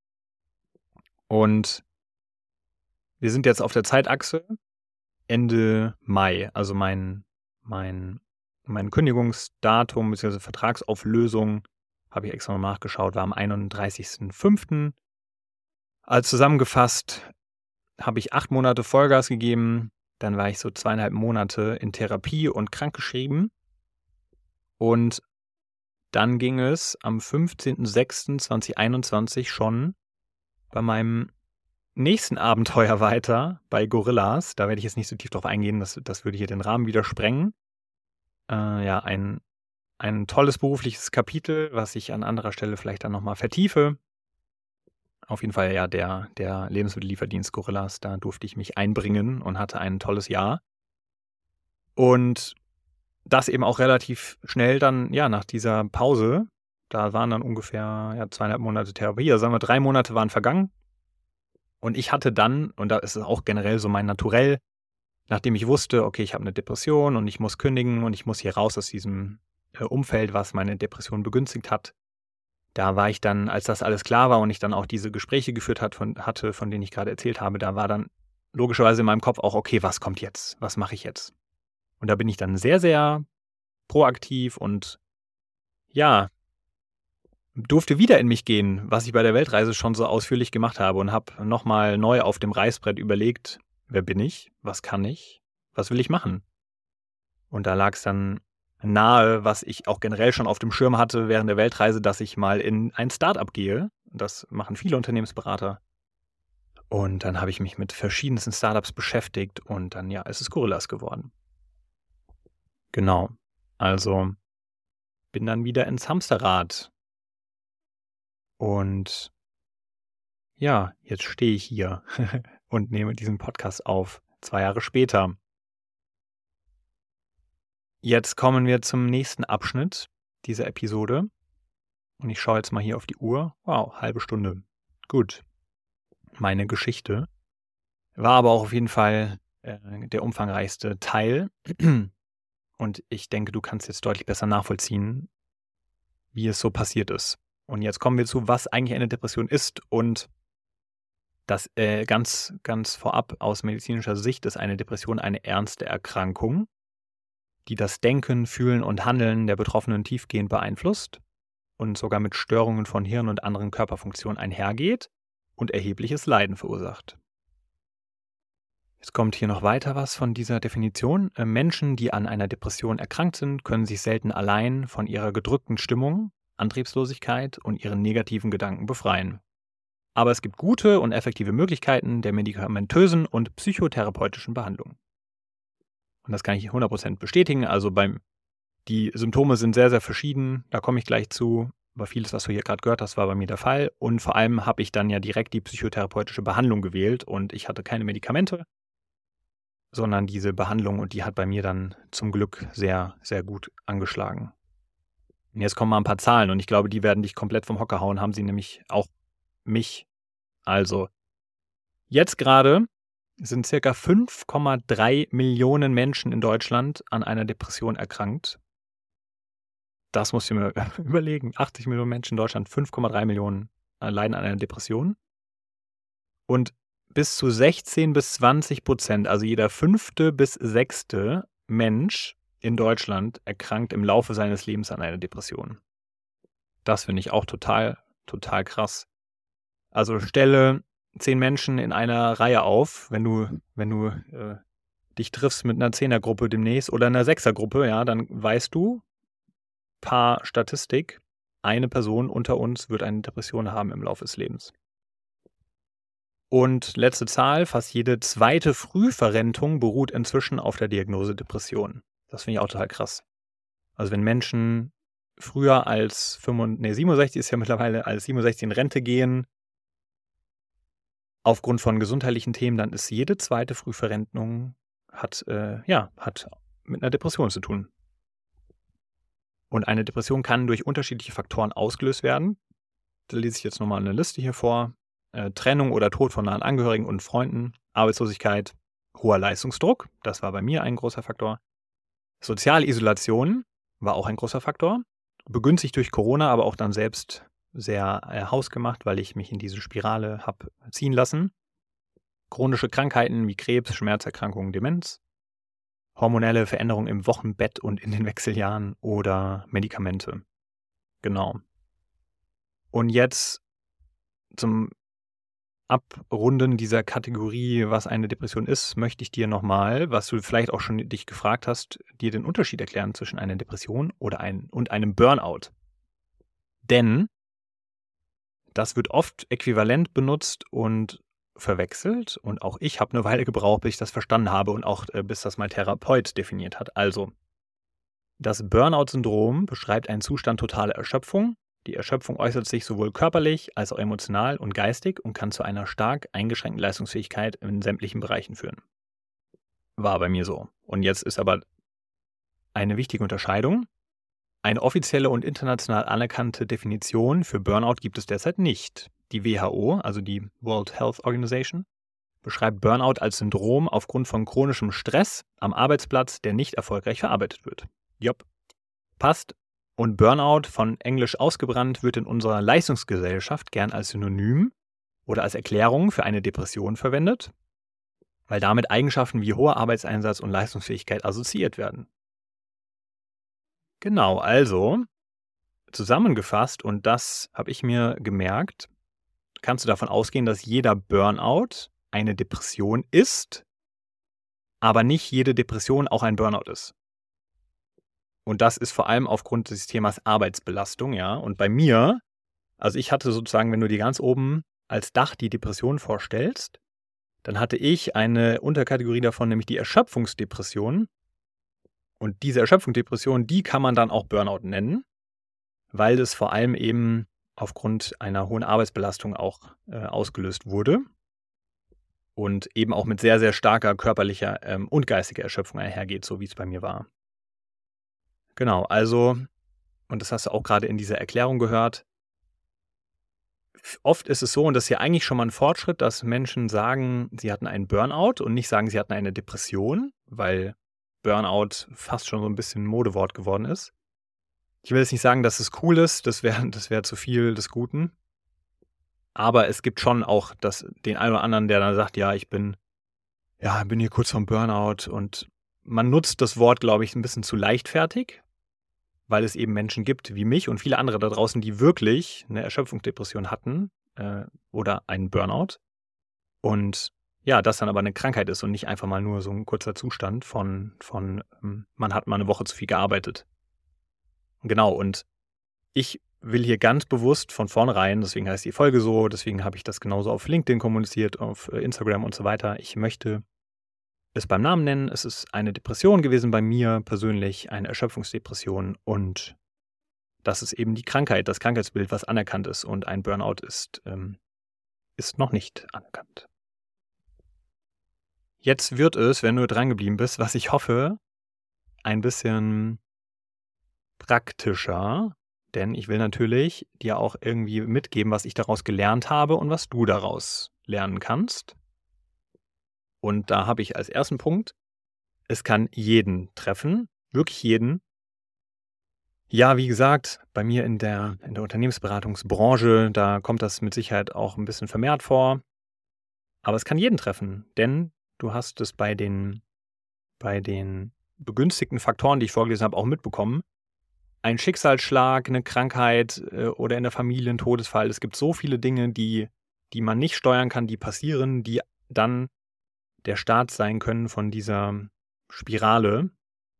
Und wir sind jetzt auf der Zeitachse Ende Mai. Also mein mein Kündigungsdatum beziehungsweise Vertragsauflösung, habe ich extra noch nachgeschaut, war am 31.05. Also, zusammengefasst habe ich 8 Monate Vollgas gegeben, dann war ich so 2,5 Monate in Therapie und krankgeschrieben und dann ging es am 15.06.2021 schon bei meinem nächsten Abenteuer weiter bei Gorillas. Da werde ich jetzt nicht so tief drauf eingehen, das würde hier den Rahmen wieder sprengen. Ja, ein tolles berufliches Kapitel, was ich an anderer Stelle vielleicht dann noch mal vertiefe. Auf jeden Fall, ja, der Lebensmittellieferdienst Gorillas, da durfte ich mich einbringen und hatte ein tolles Jahr. Und das eben auch relativ schnell dann, ja, nach dieser Pause, da waren dann ungefähr, ja, 2,5 Monate Therapie, also sagen wir 3 Monate waren vergangen. Und ich hatte dann, und da ist es auch generell so mein Naturell, nachdem ich wusste, okay, ich habe eine Depression und ich muss kündigen und ich muss hier raus aus diesem, Umfeld, was meine Depression begünstigt hat. Da war ich dann, als das alles klar war und ich dann auch diese Gespräche geführt hatte, von denen ich gerade erzählt habe, da war dann logischerweise in meinem Kopf auch: „Okay, was kommt jetzt? Was mache ich jetzt?" Und da bin ich dann sehr, sehr proaktiv und, ja, durfte wieder in mich gehen, was ich bei der Weltreise schon so ausführlich gemacht habe und habe noch mal neu auf dem Reißbrett überlegt: „Wer bin ich? Was kann ich? Was will ich machen?" Und da lag es dann nahe, was ich auch generell schon auf dem Schirm hatte während der Weltreise, dass ich mal in ein Start-up gehe. Das machen viele Unternehmensberater. Und dann habe ich mich mit verschiedensten Startups beschäftigt und dann, ja, ist es Gorillas geworden. Genau. Also bin dann wieder ins Hamsterrad und ja, jetzt stehe ich hier und nehme diesen Podcast auf, 2 Jahre später. Jetzt kommen wir zum nächsten Abschnitt dieser Episode und ich schaue jetzt mal hier auf die Uhr. Wow, halbe Stunde. Gut. Meine Geschichte war aber auch auf jeden Fall, der umfangreichste Teil und ich denke, du kannst jetzt deutlich besser nachvollziehen, wie es so passiert ist. Und jetzt kommen wir zu, was eigentlich eine Depression ist und das, ganz vorab aus medizinischer Sicht ist eine Depression eine ernste Erkrankung, die das Denken, Fühlen und Handeln der Betroffenen tiefgehend beeinflusst und sogar mit Störungen von Hirn und anderen Körperfunktionen einhergeht und erhebliches Leiden verursacht. Jetzt kommt hier noch weiter was von dieser Definition. Menschen, die an einer Depression erkrankt sind, können sich selten allein von ihrer gedrückten Stimmung, Antriebslosigkeit und ihren negativen Gedanken befreien. Aber es gibt gute und effektive Möglichkeiten der medikamentösen und psychotherapeutischen Behandlung. Und das kann ich 100% bestätigen. Also die Symptome sind sehr, sehr verschieden. Da komme ich gleich zu. Aber vieles, was du hier gerade gehört hast, war bei mir der Fall. Und vor allem habe ich dann ja direkt die psychotherapeutische Behandlung gewählt und ich hatte keine Medikamente, sondern diese Behandlung, und die hat bei mir dann zum Glück sehr, sehr gut angeschlagen. Und jetzt kommen mal ein paar Zahlen und ich glaube, die werden dich komplett vom Hocker hauen, haben sie nämlich auch mich. Also, jetzt gerade sind ca. 5,3 Millionen Menschen in Deutschland an einer Depression erkrankt. Das musst du mir überlegen. 80 Millionen Menschen in Deutschland, 5,3 Millionen leiden an einer Depression. Und bis zu 16-20%, also jeder 5. bis 6. Mensch in Deutschland erkrankt im Laufe seines Lebens an einer Depression. Das finde ich auch total, total krass. Also stelle 10 Menschen in einer Reihe auf, wenn du dich triffst mit einer 10er-Gruppe demnächst oder einer 6er-Gruppe, ja, dann weißt du, paar Statistik, eine Person unter uns wird eine Depression haben im Laufe des Lebens. Und letzte Zahl, fast jede zweite Frühverrentung beruht inzwischen auf der Diagnose Depression. Das finde ich auch total krass. Also wenn Menschen früher als 67 ist ja mittlerweile, als 67 in Rente gehen, aufgrund von gesundheitlichen Themen, dann ist jede zweite Frühverrentung hat mit einer Depression zu tun. Und eine Depression kann durch unterschiedliche Faktoren ausgelöst werden. Da lese ich jetzt nochmal eine Liste hier vor. Trennung oder Tod von nahen Angehörigen und Freunden, Arbeitslosigkeit, hoher Leistungsdruck, das war bei mir ein großer Faktor. Soziale Isolation war auch ein großer Faktor. Begünstigt durch Corona, aber auch dann selbst sehr hausgemacht, weil ich mich in diese Spirale habe ziehen lassen. Chronische Krankheiten wie Krebs, Schmerzerkrankungen, Demenz. Hormonelle Veränderungen im Wochenbett und in den Wechseljahren oder Medikamente. Genau. Und jetzt zum Abrunden dieser Kategorie, was eine Depression ist, möchte ich dir nochmal, was du vielleicht auch schon dich gefragt hast, dir den Unterschied erklären zwischen einer Depression und einem Burnout. Denn das wird oft äquivalent benutzt und verwechselt und auch ich habe eine Weile gebraucht, bis ich das verstanden habe und auch bis das mein Therapeut definiert hat. Also, das Burnout-Syndrom beschreibt einen Zustand totaler Erschöpfung. Die Erschöpfung äußert sich sowohl körperlich als auch emotional und geistig und kann zu einer stark eingeschränkten Leistungsfähigkeit in sämtlichen Bereichen führen. War bei mir so. Und jetzt ist aber eine wichtige Unterscheidung. Eine offizielle und international anerkannte Definition für Burnout gibt es derzeit nicht. Die WHO, also die World Health Organization, beschreibt Burnout als Syndrom aufgrund von chronischem Stress am Arbeitsplatz, der nicht erfolgreich verarbeitet wird. Jopp. Passt. Und Burnout, von Englisch ausgebrannt, wird in unserer Leistungsgesellschaft gern als Synonym oder als Erklärung für eine Depression verwendet, weil damit Eigenschaften wie hoher Arbeitseinsatz und Leistungsfähigkeit assoziiert werden. Genau, also zusammengefasst, und das habe ich mir gemerkt, kannst du davon ausgehen, dass jeder Burnout eine Depression ist, aber nicht jede Depression auch ein Burnout ist. Und das ist vor allem aufgrund des Themas Arbeitsbelastung, ja. Und bei mir, also ich hatte sozusagen, wenn du dir ganz oben als Dach die Depression vorstellst, dann hatte ich eine Unterkategorie davon, nämlich die Erschöpfungsdepression. Und diese Erschöpfungsdepression, die kann man dann auch Burnout nennen, weil es vor allem eben aufgrund einer hohen Arbeitsbelastung auch ausgelöst wurde und eben auch mit sehr, sehr starker körperlicher und geistiger Erschöpfung einhergeht, so wie es bei mir war. Genau, also, und das hast du auch gerade in dieser Erklärung gehört, oft ist es so, und das ist ja eigentlich schon mal ein Fortschritt, dass Menschen sagen, sie hatten einen Burnout und nicht sagen, sie hatten eine Depression, weil Burnout fast schon so ein bisschen ein Modewort geworden ist. Ich will jetzt nicht sagen, dass es cool ist, das wär zu viel des Guten. Aber es gibt schon auch den einen oder anderen, der dann sagt, ja, ich bin hier kurz vorm Burnout. Und man nutzt das Wort, glaube ich, ein bisschen zu leichtfertig, weil es eben Menschen gibt wie mich und viele andere da draußen, die wirklich eine Erschöpfungsdepression hatten oder einen Burnout. Und ja, das dann aber eine Krankheit ist und nicht einfach mal nur so ein kurzer Zustand von man hat mal eine Woche zu viel gearbeitet. Genau, und ich will hier ganz bewusst von vornherein, deswegen heißt die Folge so, deswegen habe ich das genauso auf LinkedIn kommuniziert, auf Instagram und so weiter. Ich möchte es beim Namen nennen. Es ist eine Depression gewesen bei mir persönlich, eine Erschöpfungsdepression, und das ist eben die Krankheit, das Krankheitsbild, was anerkannt ist, und ein Burnout ist noch nicht anerkannt. Jetzt wird es, wenn du dran geblieben bist, was ich hoffe, ein bisschen praktischer, denn ich will natürlich dir auch irgendwie mitgeben, was ich daraus gelernt habe und was du daraus lernen kannst. Und da habe ich als ersten Punkt: Es kann jeden treffen, wirklich jeden. Ja, wie gesagt, bei mir in der Unternehmensberatungsbranche, da kommt das mit Sicherheit auch ein bisschen vermehrt vor, aber es kann jeden treffen, denn du hast es bei den begünstigten Faktoren, die ich vorgelesen habe, auch mitbekommen. Ein Schicksalsschlag, eine Krankheit, oder in der Familie 'n Todesfall. Es gibt so viele Dinge, die man nicht steuern kann, die passieren, die dann der Start sein können von dieser Spirale,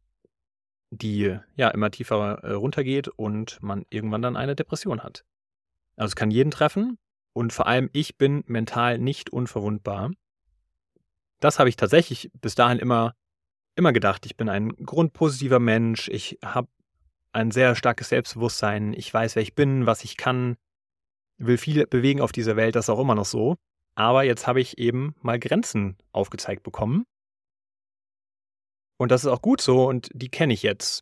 die, ja, immer tiefer, runtergeht und man irgendwann dann eine Depression hat. Also, es kann jeden treffen, und vor allem ich bin mental nicht unverwundbar. Das habe ich tatsächlich bis dahin immer gedacht. Ich bin ein grundpositiver Mensch. Ich habe ein sehr starkes Selbstbewusstsein. Ich weiß, wer ich bin, was ich kann, will viel bewegen auf dieser Welt. Das ist auch immer noch so. Aber jetzt habe ich eben mal Grenzen aufgezeigt bekommen. Und das ist auch gut so, und die kenne ich jetzt.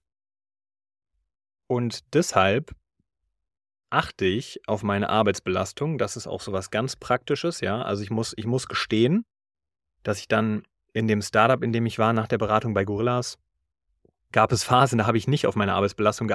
Und deshalb achte ich auf meine Arbeitsbelastung. Das ist auch so was ganz Praktisches, ja. Also, ich muss gestehen, dass ich dann in dem Startup, in dem ich war, nach der Beratung bei Gorillas, gab es Phasen, da habe ich nicht auf meine Arbeitsbelastung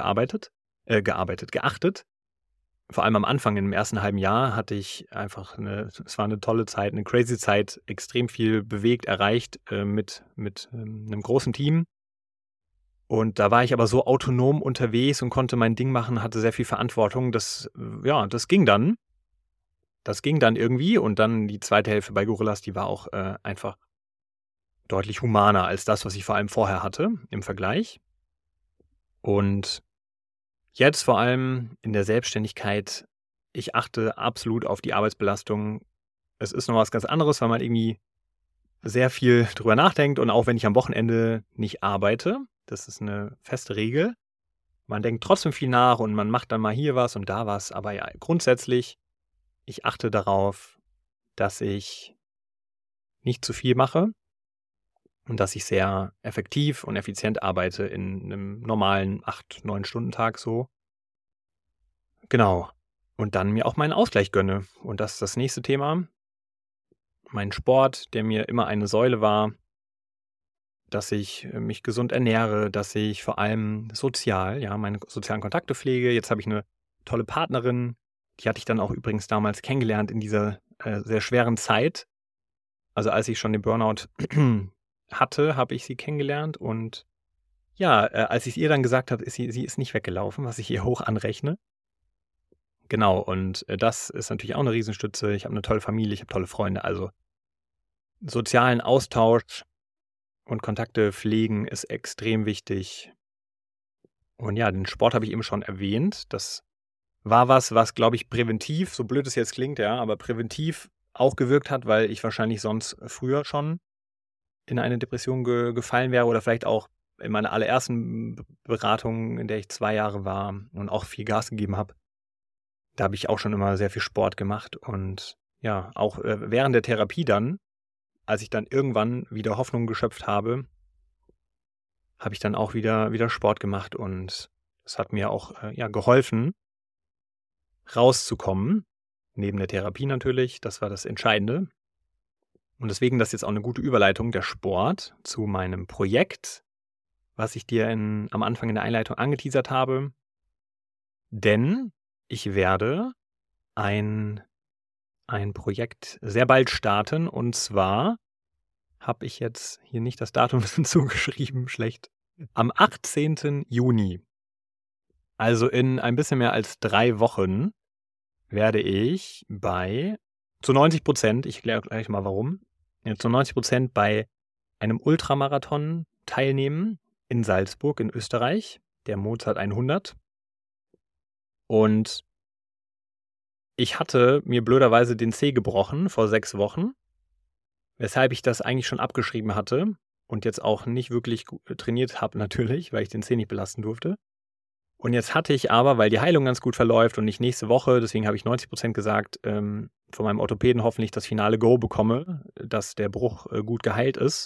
geachtet. Vor allem am Anfang, im ersten halben Jahr, hatte ich einfach es war eine tolle Zeit, eine crazy Zeit, extrem viel bewegt, erreicht, mit 'nem großen Team. Und da war ich aber so autonom unterwegs und konnte mein Ding machen, hatte sehr viel Verantwortung. Ja, das ging dann. Das ging dann irgendwie, und dann die zweite Hälfte bei Gorillas, die war auch, einfach deutlich humaner als das, was ich vor allem vorher hatte im Vergleich. Und jetzt vor allem in der Selbstständigkeit, ich achte absolut auf die Arbeitsbelastung. Es ist noch was ganz anderes, weil man irgendwie sehr viel drüber nachdenkt, und auch wenn ich am Wochenende nicht arbeite, das ist eine feste Regel. Man denkt trotzdem viel nach und man macht dann mal hier was und da was, aber ja, grundsätzlich, ich achte darauf, dass ich nicht zu viel mache und dass ich sehr effektiv und effizient arbeite in einem normalen 8, 9 Stunden Tag so. Genau. Und dann mir auch meinen Ausgleich gönne. Und das ist das nächste Thema. Mein Sport, der mir immer eine Säule war, dass ich mich gesund ernähre, dass ich vor allem sozial, ja, meine sozialen Kontakte pflege. Jetzt habe ich eine tolle Partnerin, die hatte ich dann auch übrigens damals kennengelernt in dieser sehr schweren Zeit. Also als ich schon den Burnout hatte, habe ich sie kennengelernt, und ja, als ich ihr dann gesagt habe, sie ist nicht weggelaufen, was ich ihr hoch anrechne. Genau, und das ist natürlich auch eine Riesenstütze. Ich habe eine tolle Familie, ich habe tolle Freunde. Also, sozialen Austausch und Kontakte pflegen ist extrem wichtig. Und ja, den Sport habe ich eben schon erwähnt. Das war was, glaube ich, präventiv, so blöd es jetzt klingt, ja, aber präventiv auch gewirkt hat, weil ich wahrscheinlich sonst früher schon in eine Depression gefallen wäre, oder vielleicht auch in meiner allerersten Beratung, in der ich 2 Jahre war und auch viel Gas gegeben habe. Da habe ich auch schon immer sehr viel Sport gemacht, und ja, auch während der Therapie dann, als ich dann irgendwann wieder Hoffnung geschöpft habe, habe ich dann auch wieder Sport gemacht, und es hat mir auch, ja, geholfen, rauszukommen, neben der Therapie natürlich. Das war das Entscheidende. Und deswegen, das ist jetzt auch eine gute Überleitung, der Sport, zu meinem Projekt, was ich dir am Anfang in der Einleitung angeteasert habe. Denn ich werde ein Projekt sehr bald starten, und zwar habe ich jetzt hier nicht das Datum hinzugeschrieben, schlecht. Am 18. Juni Also, in ein bisschen mehr als 3 Wochen werde ich zu 90%, ich erkläre gleich mal warum, zu 90% bei einem Ultramarathon teilnehmen in Salzburg in Österreich, der Mozart 100. Und ich hatte mir blöderweise den Zeh gebrochen vor 6 Wochen, weshalb ich das eigentlich schon abgeschrieben hatte und jetzt auch nicht wirklich trainiert habe natürlich, weil ich den Zeh nicht belasten durfte. Und jetzt hatte ich aber, weil die Heilung ganz gut verläuft und ich nächste Woche, deswegen habe ich 90% gesagt, von meinem Orthopäden hoffentlich das finale Go bekomme, dass der Bruch gut geheilt ist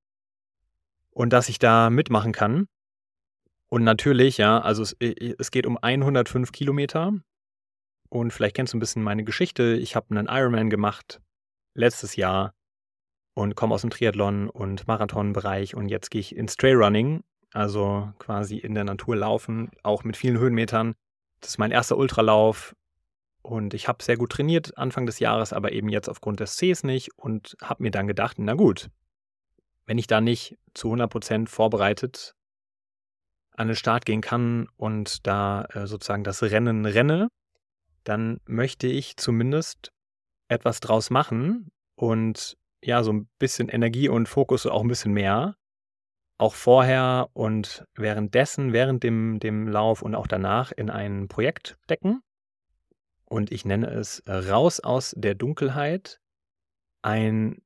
und dass ich da mitmachen kann. Und natürlich, ja, also es geht um 105 Kilometer und vielleicht kennst du ein bisschen meine Geschichte. Ich habe einen Ironman gemacht letztes Jahr und komme aus dem Triathlon und Marathonbereich und jetzt gehe ich ins Trailrunning, also quasi in der Natur laufen, auch mit vielen Höhenmetern. Das ist mein erster Ultralauf und ich habe sehr gut trainiert Anfang des Jahres, aber eben jetzt aufgrund des Cs nicht und habe mir dann gedacht, na gut, wenn ich da nicht zu 100% vorbereitet an den Start gehen kann und da sozusagen das Rennen renne, dann möchte ich zumindest etwas draus machen und ja, so ein bisschen Energie und Fokus auch ein bisschen mehr, auch vorher und währenddessen, während dem Lauf und auch danach in ein Projekt stecken. Und ich nenne es „Raus aus der Dunkelheit“, ein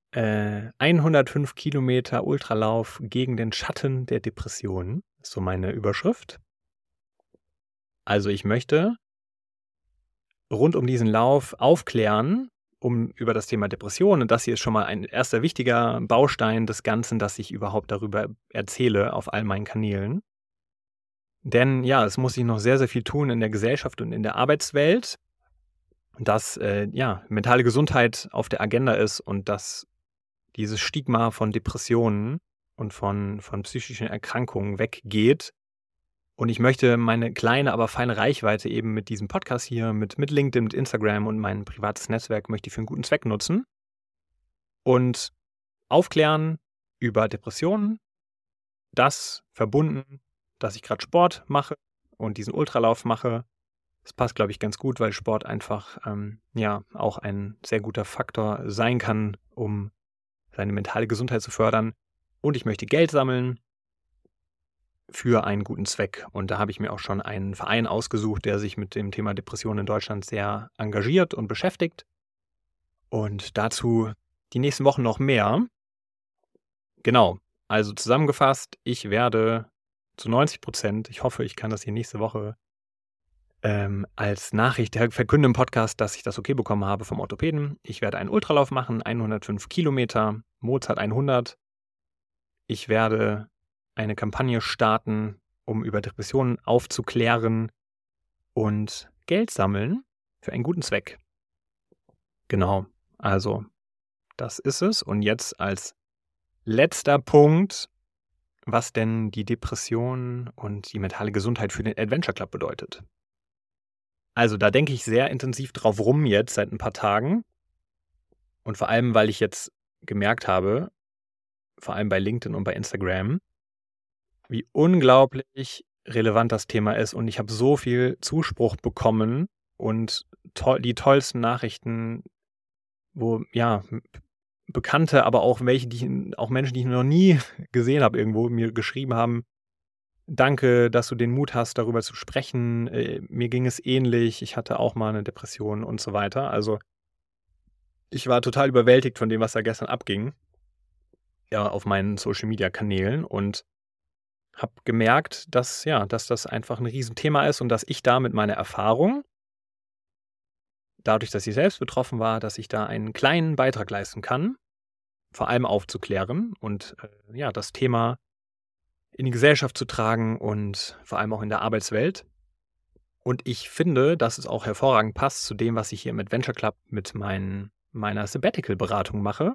105 Kilometer Ultralauf gegen den Schatten der Depression, ist so meine Überschrift. Also, ich möchte rund um diesen Lauf aufklären, über das Thema Depression. Und das hier ist schon mal ein erster wichtiger Baustein des Ganzen, dass ich überhaupt darüber erzähle auf all meinen Kanälen. Denn ja, es muss sich noch sehr, sehr viel tun in der Gesellschaft und in der Arbeitswelt, dass ja, mentale Gesundheit auf der Agenda ist und dass dieses Stigma von Depressionen und von psychischen Erkrankungen weggeht. Und ich möchte meine kleine, aber feine Reichweite eben mit diesem Podcast hier, mit LinkedIn, mit Instagram und mein privates Netzwerk möchte ich für einen guten Zweck nutzen und aufklären über Depressionen, das verbunden, dass ich gerade Sport mache und diesen Ultralauf mache. Das passt, glaube ich, ganz gut, weil Sport einfach ja auch ein sehr guter Faktor sein kann, um seine mentale Gesundheit zu fördern. Und ich möchte Geld sammeln für einen guten Zweck. Und da habe ich mir auch schon einen Verein ausgesucht, der sich mit dem Thema Depression in Deutschland sehr engagiert und beschäftigt. Und dazu die nächsten Wochen noch mehr. Genau, also zusammengefasst, ich werde zu 90%, ich hoffe, ich kann das hier nächste Woche als Nachricht verkünden im Podcast, dass ich das okay bekommen habe vom Orthopäden. Ich werde einen Ultralauf machen, 105 Kilometer, Mozart 100. Ich werde eine Kampagne starten, um über Depressionen aufzuklären und Geld sammeln für einen guten Zweck. Genau, also das ist es. Und jetzt als letzter Punkt, was denn die Depression und die mentale Gesundheit für den Adventure Club bedeutet. Also da denke ich sehr intensiv drauf rum jetzt seit ein paar Tagen und vor allem, weil ich jetzt gemerkt habe, vor allem bei LinkedIn und bei Instagram, wie unglaublich relevant das Thema ist und ich habe so viel Zuspruch bekommen und die tollsten Nachrichten, wo, ja, Bekannte, aber auch auch Menschen, die ich noch nie gesehen habe irgendwo, mir geschrieben haben: „Danke, dass du den Mut hast, darüber zu sprechen. Mir ging es ähnlich. Ich hatte auch mal eine Depression“ und so weiter. Also, ich war total überwältigt von dem, was da gestern abging, ja, auf meinen Social-Media-Kanälen und habe gemerkt, dass das einfach 'n Riesenthema ist und dass ich da mit meiner Erfahrung, dadurch, dass ich selbst betroffen war, dass ich da einen kleinen Beitrag leisten kann, vor allem aufzuklären und, ja, das Thema in die Gesellschaft zu tragen und vor allem auch in der Arbeitswelt. Und ich finde, dass es auch hervorragend passt zu dem, was ich hier im Adventure Club mit meiner Sabbatical-Beratung mache.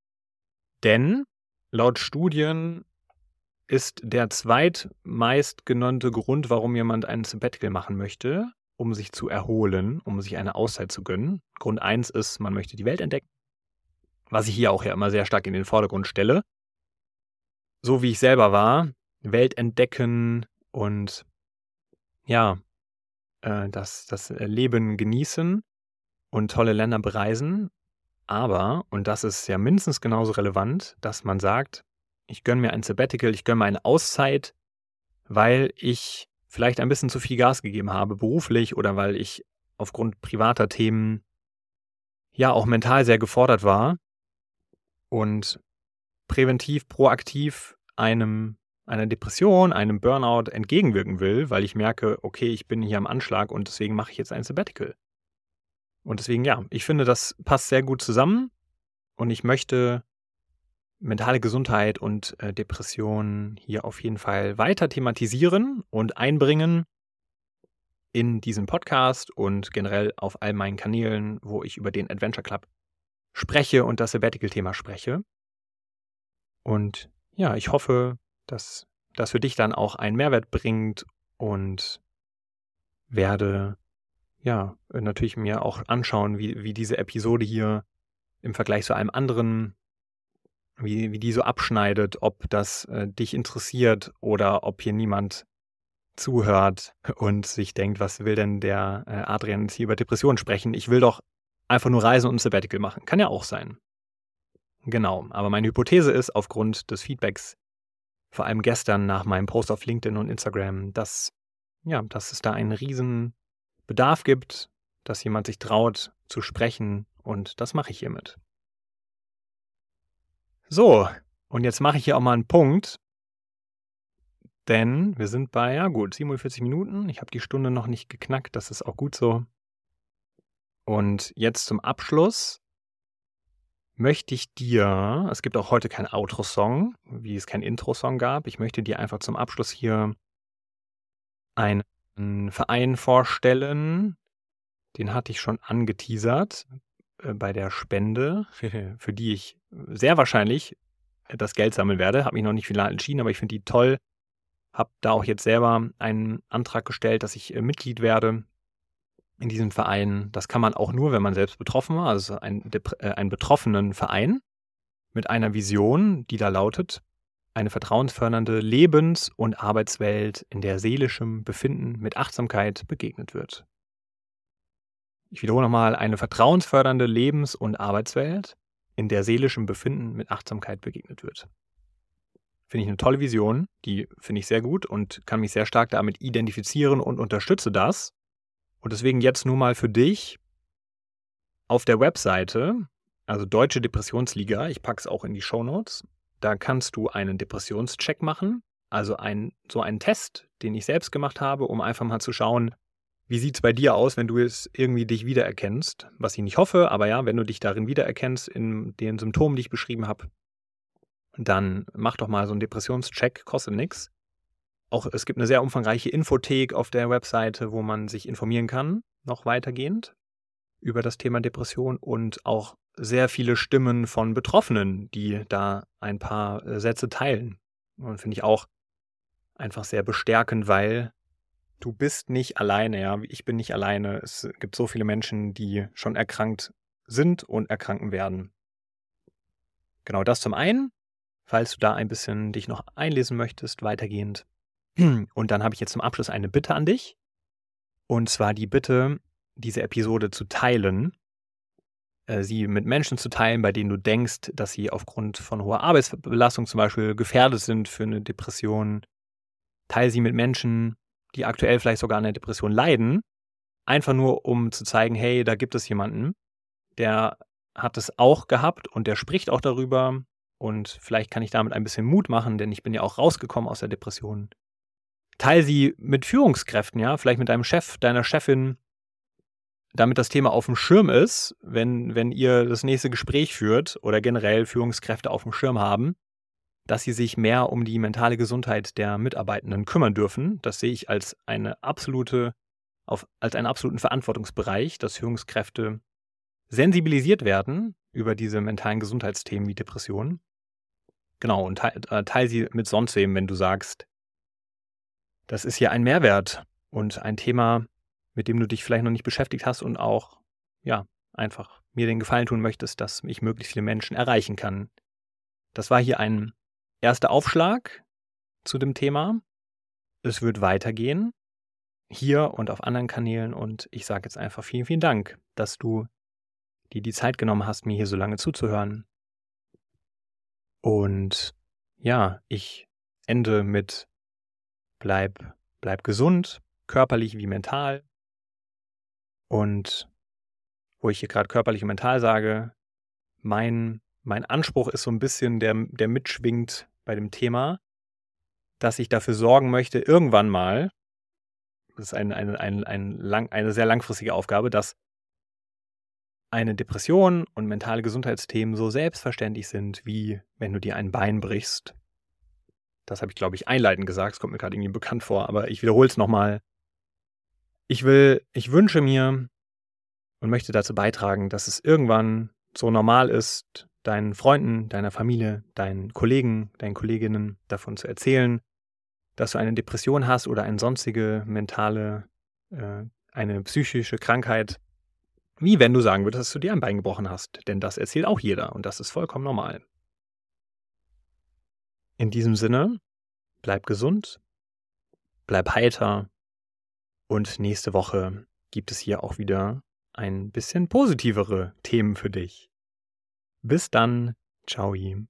Denn laut Studien ist der zweitmeistgenannte Grund, warum jemand ein Sabbatical machen möchte, um sich zu erholen, um sich eine Auszeit zu gönnen. Grund 1 ist, man möchte die Welt entdecken, was ich hier auch ja immer sehr stark in den Vordergrund stelle. So wie ich selber war, Welt entdecken und ja, das Leben genießen und tolle Länder bereisen. Aber, und das ist ja mindestens genauso relevant, dass man sagt, ich gönne mir ein Sabbatical, ich gönne mir eine Auszeit, weil ich vielleicht ein bisschen zu viel Gas gegeben habe, beruflich, oder weil ich aufgrund privater Themen ja auch mental sehr gefordert war und präventiv, proaktiv einer Depression, einem Burnout entgegenwirken will, weil ich merke, okay, ich bin hier am Anschlag und deswegen mache ich jetzt ein Sabbatical. Und deswegen, ja, ich finde, das passt sehr gut zusammen und ich möchte mentale Gesundheit und Depression hier auf jeden Fall weiter thematisieren und einbringen in diesem Podcast und generell auf all meinen Kanälen, wo ich über den Adventure Club spreche und das Sabbatical-Thema spreche. Und ja, ich hoffe, dass das für dich dann auch einen Mehrwert bringt und werde ja natürlich mir auch anschauen, wie diese Episode hier im Vergleich zu einem anderen, wie die so abschneidet, ob das dich interessiert oder ob hier niemand zuhört und sich denkt, was will denn der Adrian jetzt hier über Depressionen sprechen? Ich will doch einfach nur reisen und ein Sabbatical machen. Kann ja auch sein. Genau, aber meine Hypothese ist aufgrund des Feedbacks, vor allem gestern nach meinem Post auf LinkedIn und Instagram, dass es da einen riesen Bedarf gibt, dass jemand sich traut zu sprechen, und das mache ich hiermit. So, und jetzt mache ich hier auch mal einen Punkt, denn wir sind bei, 47 Minuten. Ich habe die Stunde noch nicht geknackt, das ist auch gut so. Und jetzt zum Abschluss möchte ich dir, es gibt auch heute keinen Outro-Song, wie es keinen Intro-Song gab, ich möchte dir einfach zum Abschluss hier einen Verein vorstellen, den hatte ich schon angeteasert bei der Spende, für die ich sehr wahrscheinlich das Geld sammeln werde. Habe mich noch nicht final entschieden, aber ich finde die toll. Habe da auch jetzt selber einen Antrag gestellt, dass ich Mitglied werde in diesem Verein. Das kann man auch nur, wenn man selbst betroffen war. Also ein betroffenen Verein mit einer Vision, die da lautet: eine vertrauensfördernde Lebens- und Arbeitswelt, in der seelischem Befinden mit Achtsamkeit begegnet wird. Ich wiederhole nochmal: eine vertrauensfördernde Lebens- und Arbeitswelt, in der seelischem Befinden mit Achtsamkeit begegnet wird. Finde ich eine tolle Vision, die finde ich sehr gut und kann mich sehr stark damit identifizieren und unterstütze das. Und deswegen jetzt nur mal für dich auf der Webseite, also Deutsche Depressionsliga, ich packe es auch in die Shownotes, da kannst du einen Depressionscheck machen, also so einen Test, den ich selbst gemacht habe, um einfach mal zu schauen, wie sieht es bei dir aus, wenn du es irgendwie dich wiedererkennst, was ich nicht hoffe, aber ja, wenn du dich darin wiedererkennst, in den Symptomen, die ich beschrieben habe, dann mach doch mal so einen Depressionscheck, kostet nichts. Auch es gibt eine sehr umfangreiche Infothek auf der Webseite, wo man sich informieren kann, noch weitergehend über das Thema Depression, und auch sehr viele Stimmen von Betroffenen, die da ein paar Sätze teilen. Und finde ich auch einfach sehr bestärkend, weil du bist nicht alleine, ja. Ich bin nicht alleine. Es gibt so viele Menschen, die schon erkrankt sind und erkranken werden. Genau das zum einen, falls du da ein bisschen dich noch einlesen möchtest, weitergehend. Und dann habe ich jetzt zum Abschluss eine Bitte an dich. Und zwar die Bitte, diese Episode zu teilen, sie mit Menschen zu teilen, bei denen du denkst, dass sie aufgrund von hoher Arbeitsbelastung zum Beispiel gefährdet sind für eine Depression. Teile sie mit Menschen, die aktuell vielleicht sogar an einer Depression leiden, einfach nur, um zu zeigen, hey, da gibt es jemanden, der hat es auch gehabt und der spricht auch darüber, und vielleicht kann ich damit ein bisschen Mut machen, denn ich bin ja auch rausgekommen aus der Depression. Teile sie mit Führungskräften, ja, vielleicht mit deinem Chef, deiner Chefin, damit das Thema auf dem Schirm ist, wenn ihr das nächste Gespräch führt oder generell Führungskräfte auf dem Schirm haben, dass sie sich mehr um die mentale Gesundheit der Mitarbeitenden kümmern dürfen. Das sehe ich als einen absoluten Verantwortungsbereich, dass Führungskräfte sensibilisiert werden über diese mentalen Gesundheitsthemen wie Depressionen. Genau, und teile sie mit sonst wem, wenn du sagst, das ist hier ein Mehrwert und ein Thema, mit dem du dich vielleicht noch nicht beschäftigt hast und auch, ja, einfach mir den Gefallen tun möchtest, dass ich möglichst viele Menschen erreichen kann. Das war hier ein erster Aufschlag zu dem Thema. Es wird weitergehen. hier und auf anderen Kanälen und ich sage jetzt einfach vielen, vielen Dank, dass du dir die Zeit genommen hast, mir hier so lange zuzuhören. Und ja, ich ende mit bleib gesund, körperlich wie mental. Und wo ich hier gerade körperlich und mental sage, mein Anspruch ist so ein bisschen, der mitschwingt bei dem Thema, dass ich dafür sorgen möchte, irgendwann mal, das ist eine sehr langfristige Aufgabe, dass eine Depression und mentale Gesundheitsthemen so selbstverständlich sind, wie wenn du dir ein Bein brichst. Das habe ich, glaube ich, einleitend gesagt. Es kommt mir gerade irgendwie bekannt vor, aber ich wiederhole es nochmal. Ich wünsche mir und möchte dazu beitragen, dass es irgendwann so normal ist, deinen Freunden, deiner Familie, deinen Kollegen, deinen Kolleginnen davon zu erzählen, dass du eine Depression hast oder eine sonstige eine psychische Krankheit, wie wenn du sagen würdest, dass du dir ein Bein gebrochen hast. Denn das erzählt auch jeder und das ist vollkommen normal. In diesem Sinne, bleib gesund, bleib heiter und nächste Woche gibt es hier auch wieder ein bisschen positivere Themen für dich. Bis dann. Ciao.